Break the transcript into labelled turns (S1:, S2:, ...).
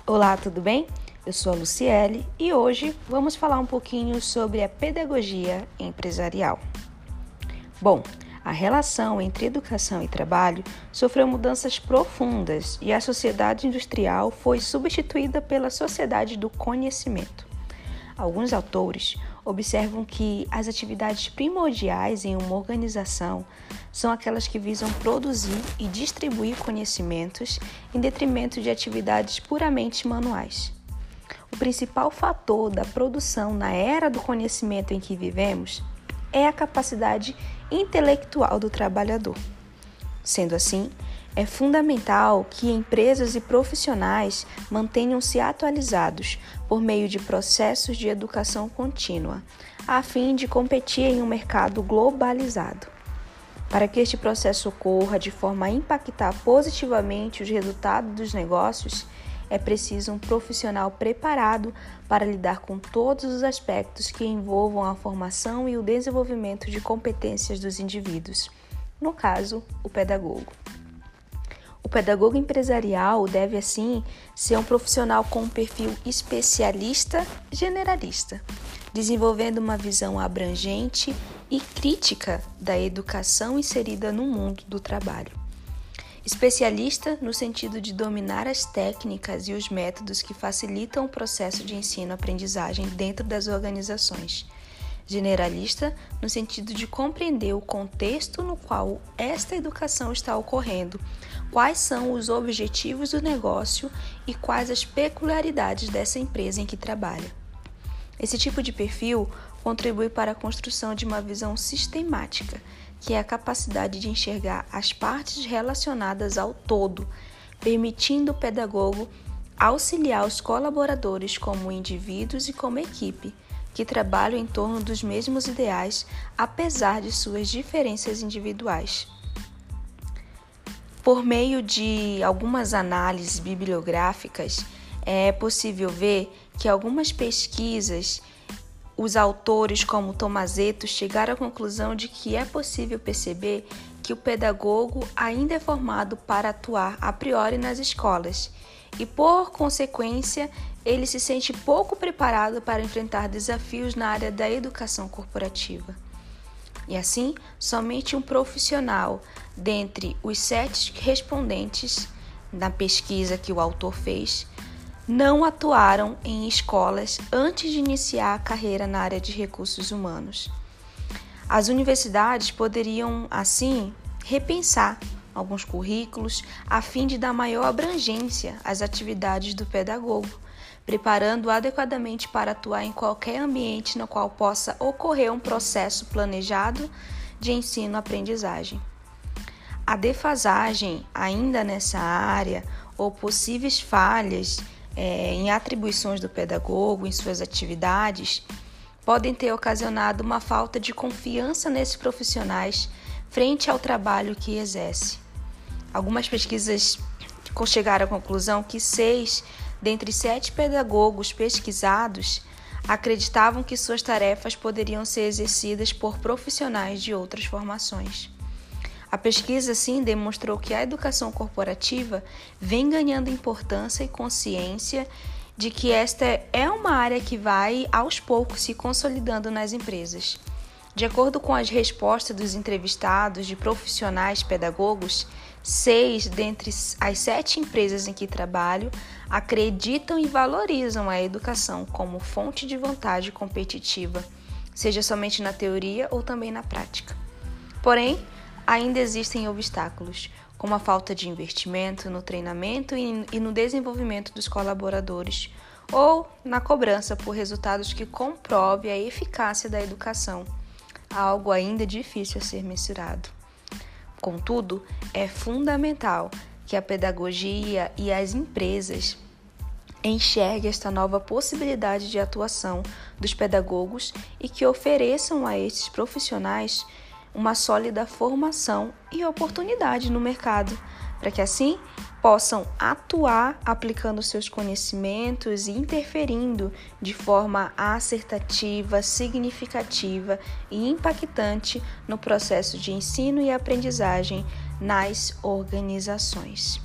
S1: Olá, tudo bem? Eu sou a Luciele e hoje vamos falar um pouquinho sobre a pedagogia empresarial. Bom, a relação entre educação e trabalho sofreu mudanças profundas e a sociedade industrial foi substituída pela sociedade do conhecimento. Alguns autores observam que as atividades primordiais em uma organização são aquelas que visam produzir e distribuir conhecimentos em detrimento de atividades puramente manuais. O principal fator da produção na era do conhecimento em que vivemos é a capacidade intelectual do trabalhador. Sendo assim, é fundamental que empresas e profissionais mantenham-se atualizados por meio de processos de educação contínua, a fim de competir em um mercado globalizado. Para que este processo ocorra de forma a impactar positivamente os resultados dos negócios, é preciso um profissional preparado para lidar com todos os aspectos que envolvam a formação e o desenvolvimento de competências dos indivíduos, no caso, o pedagogo. O pedagogo empresarial deve, assim, ser um profissional com um perfil especialista-generalista, desenvolvendo uma visão abrangente e crítica da educação inserida no mundo do trabalho. Especialista no sentido de dominar as técnicas e os métodos que facilitam o processo de ensino-aprendizagem dentro das organizações. Generalista no sentido de compreender o contexto no qual esta educação está ocorrendo, quais são os objetivos do negócio e quais as peculiaridades dessa empresa em que trabalha. Esse tipo de perfil contribui para a construção de uma visão sistemática, que é a capacidade de enxergar as partes relacionadas ao todo, permitindo o pedagogo auxiliar os colaboradores como indivíduos e como equipe, que trabalham em torno dos mesmos ideais, apesar de suas diferenças individuais. Por meio de algumas análises bibliográficas, é possível ver que algumas pesquisas, os autores como Tomazetto chegaram à conclusão de que é possível perceber que o pedagogo ainda é formado para atuar a priori nas escolas e, por consequência, ele se sente pouco preparado para enfrentar desafios na área da educação corporativa. E assim, somente um profissional dentre os 7 respondentes na pesquisa que o autor fez não atuaram em escolas antes de iniciar a carreira na área de recursos humanos. As universidades poderiam, assim, repensar alguns currículos a fim de dar maior abrangência às atividades do pedagogo, preparando adequadamente para atuar em qualquer ambiente no qual possa ocorrer um processo planejado de ensino-aprendizagem. A defasagem ainda nessa área ou possíveis falhas em atribuições do pedagogo em suas atividades podem ter ocasionado uma falta de confiança nesses profissionais frente ao trabalho que exerce. Algumas pesquisas chegaram à conclusão que 6 dentre 7 pedagogos pesquisados acreditavam que suas tarefas poderiam ser exercidas por profissionais de outras formações. A pesquisa, assim, demonstrou que a educação corporativa vem ganhando importância e consciência de que esta é uma área que vai, aos poucos, se consolidando nas empresas. De acordo com as respostas dos entrevistados de profissionais pedagogos, 6 dentre as 7 empresas em que trabalho acreditam e valorizam a educação como fonte de vantagem competitiva, seja somente na teoria ou também na prática. Porém, ainda existem obstáculos, como a falta de investimento no treinamento e no desenvolvimento dos colaboradores, ou na cobrança por resultados que comprovem a eficácia da educação, algo ainda difícil a ser mensurado. Contudo, é fundamental que a pedagogia e as empresas enxerguem esta nova possibilidade de atuação dos pedagogos e que ofereçam a estes profissionais uma sólida formação e oportunidade no mercado, para que assim possam atuar aplicando seus conhecimentos e interferindo de forma assertiva, significativa e impactante no processo de ensino e aprendizagem nas organizações.